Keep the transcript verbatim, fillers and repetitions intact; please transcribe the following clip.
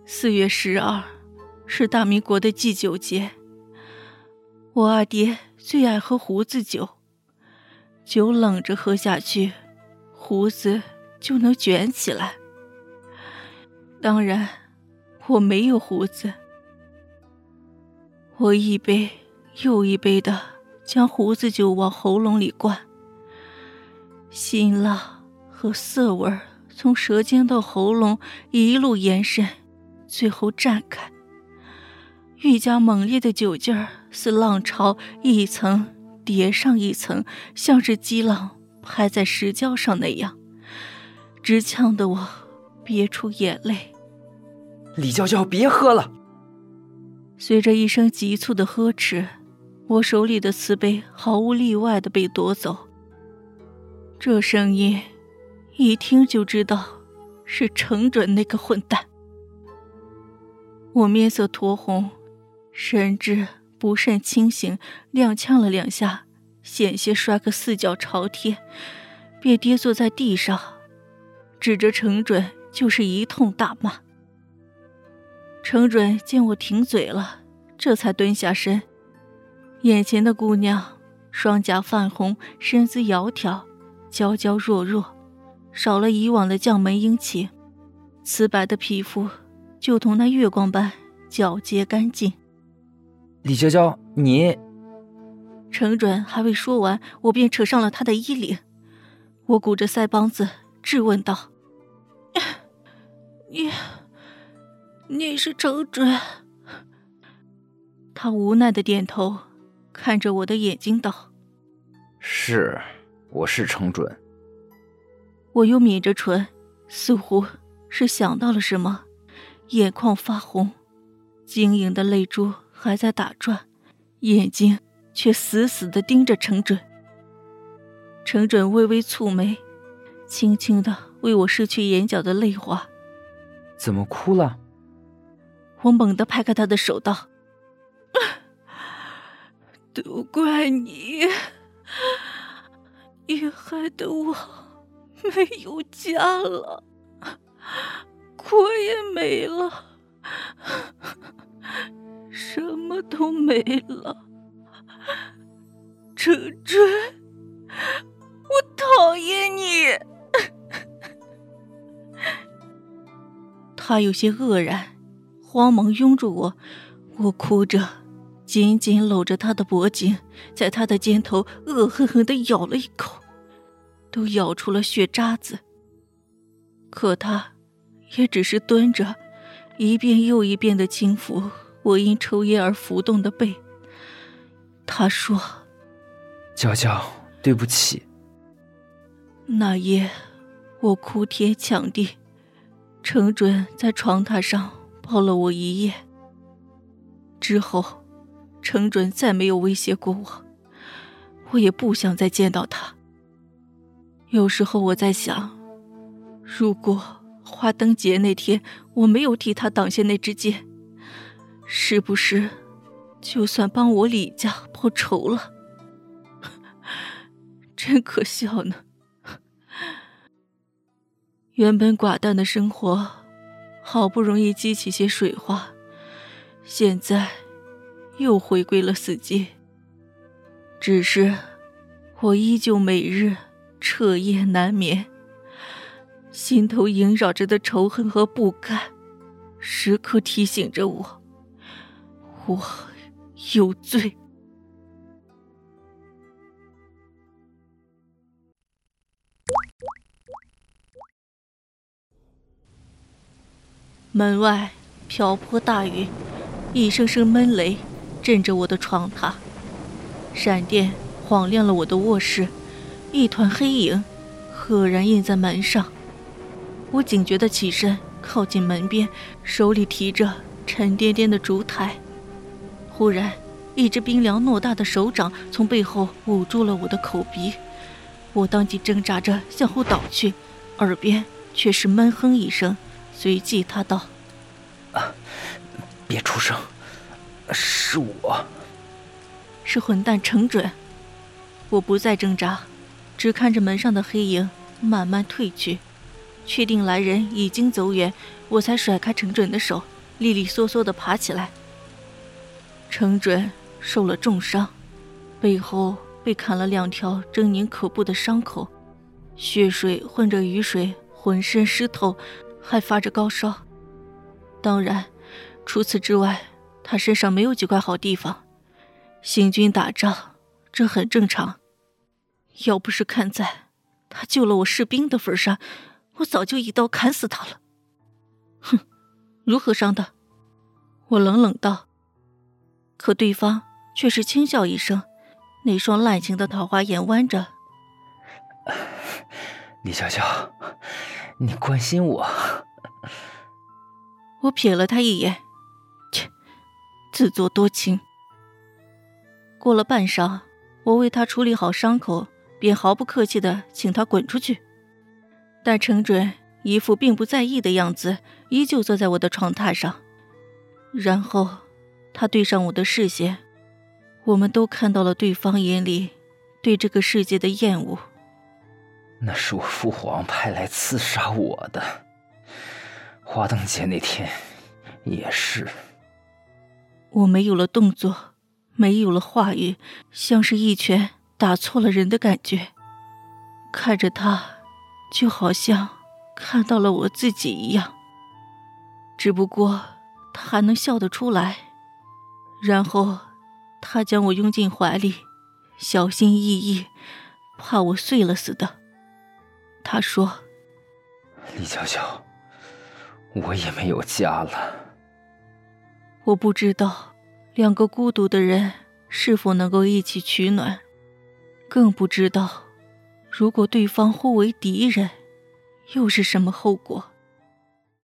四月十二是大明国的祭酒节，我二爹最爱喝胡子酒，酒冷着喝下去，胡子就能卷起来。当然，我没有胡子。我一杯又一杯地将胡子酒往喉咙里灌，辛辣和涩味从舌尖到喉咙一路延伸，最后绽开。愈加猛烈的酒劲儿似浪潮一层叠上一层，像是激浪拍在石礁上那样，直呛得我憋出眼泪。 李娇娇，别喝了！ 随着一声急促的呵斥，我手里的瓷杯毫无例外地被夺走。这声音一听就知道是程准那个混蛋。我面色酡红，神志不甚清醒，踉跄了两下，险些摔个四脚朝天，便跌坐在地上，指着程准就是一通大骂。程准见我停嘴了，这才蹲下身。眼前的姑娘双颊泛红，身姿窈窕，娇娇弱弱，少了以往的将门英气，瓷白的皮肤就同那月光般皎洁干净。 李娇娇，你…… 程准还未说完，我便扯上了他的衣领。我鼓着腮帮子质问道：“你……你是程准？”他无奈地点头，看着我的眼睛道：“ 是，我是程准。” 我又抿着唇，似乎是想到了什么，眼眶发红，晶莹的泪珠还在打转，眼睛却死死地盯着程准。程准微微蹙眉，轻轻地为我拭去眼角的泪花。 怎么哭了？ 我猛地拍开他的手道：“都怪你，也害得我没有家了，国也没了，什么都没了。程准，我讨厌你。”他有些愕然，慌忙拥住我，我哭着紧紧搂着他的脖颈，在他的肩头恶狠狠地咬了一口，都咬出了血渣子。可他也只是蹲着，一遍又一遍地轻抚我因抽烟而浮动的背。他说：“ 娇娇，对不起。” 那夜我哭天抢地，程准在床榻上抱了我一夜。之后程准再没有威胁过我，我也不想再见到他。有时候我在想，如果花灯节那天我没有替他挡下那支箭，是不是就算帮我李家报仇了？真可笑呢。原本寡淡的生活好不容易激起些水花，现在又回归了死寂。只是我依旧每日彻夜难眠，心头萦绕着的仇恨和不甘时刻提醒着我，我有罪。门外瓢泼大雨，一声声闷雷震着我的床榻，闪电晃亮了我的卧室，一团黑影赫然映在门上。我警觉地起身，靠近门边，手里提着沉甸甸的烛台。忽然，一只冰凉偌大的手掌从背后捂住了我的口鼻，我当即挣扎着向后倒去，耳边却是闷哼一声。随即他道：“ 啊，别出声，是我。” 是混蛋程准。我不再挣扎，只看着门上的黑影慢慢退去，确定来人已经走远，我才甩开程准的手， 利利索索地爬起来。程准受了重伤，背后被砍了两条狰狞可怖的伤口，血水混着雨水，浑身湿透，还发着高烧。当然，除此之外，他身上没有几块好地方。行军打仗，这很正常。要不是看在他救了我士兵的份上，我早就一刀砍死他了。哼，如何伤的？我冷冷道。可对方却是轻笑一声，那双滥情的桃花眼弯着。 李娇娇，你关心我。 我瞥了他一眼，切，自作多情。过了半晌，我为他处理好伤口，便毫不客气地请他滚出去。但程准一副并不在意的样子，依旧坐在我的床榻上。然后他对上我的视线，我们都看到了对方眼里对这个世界的厌恶。 那是我父皇派来刺杀我的，花灯节那天也是。 我没有了动作，没有了话语，像是一拳打错了人的感觉。看着他，就好像看到了我自己一样。只不过他还能笑得出来。然后他将我拥进怀里，小心翼翼，怕我碎了似的。他说： 李娇娇，我也没有家了。 我不知道两个孤独的人是否能够一起取暖，更不知道如果对方互为敌人，又是什么后果。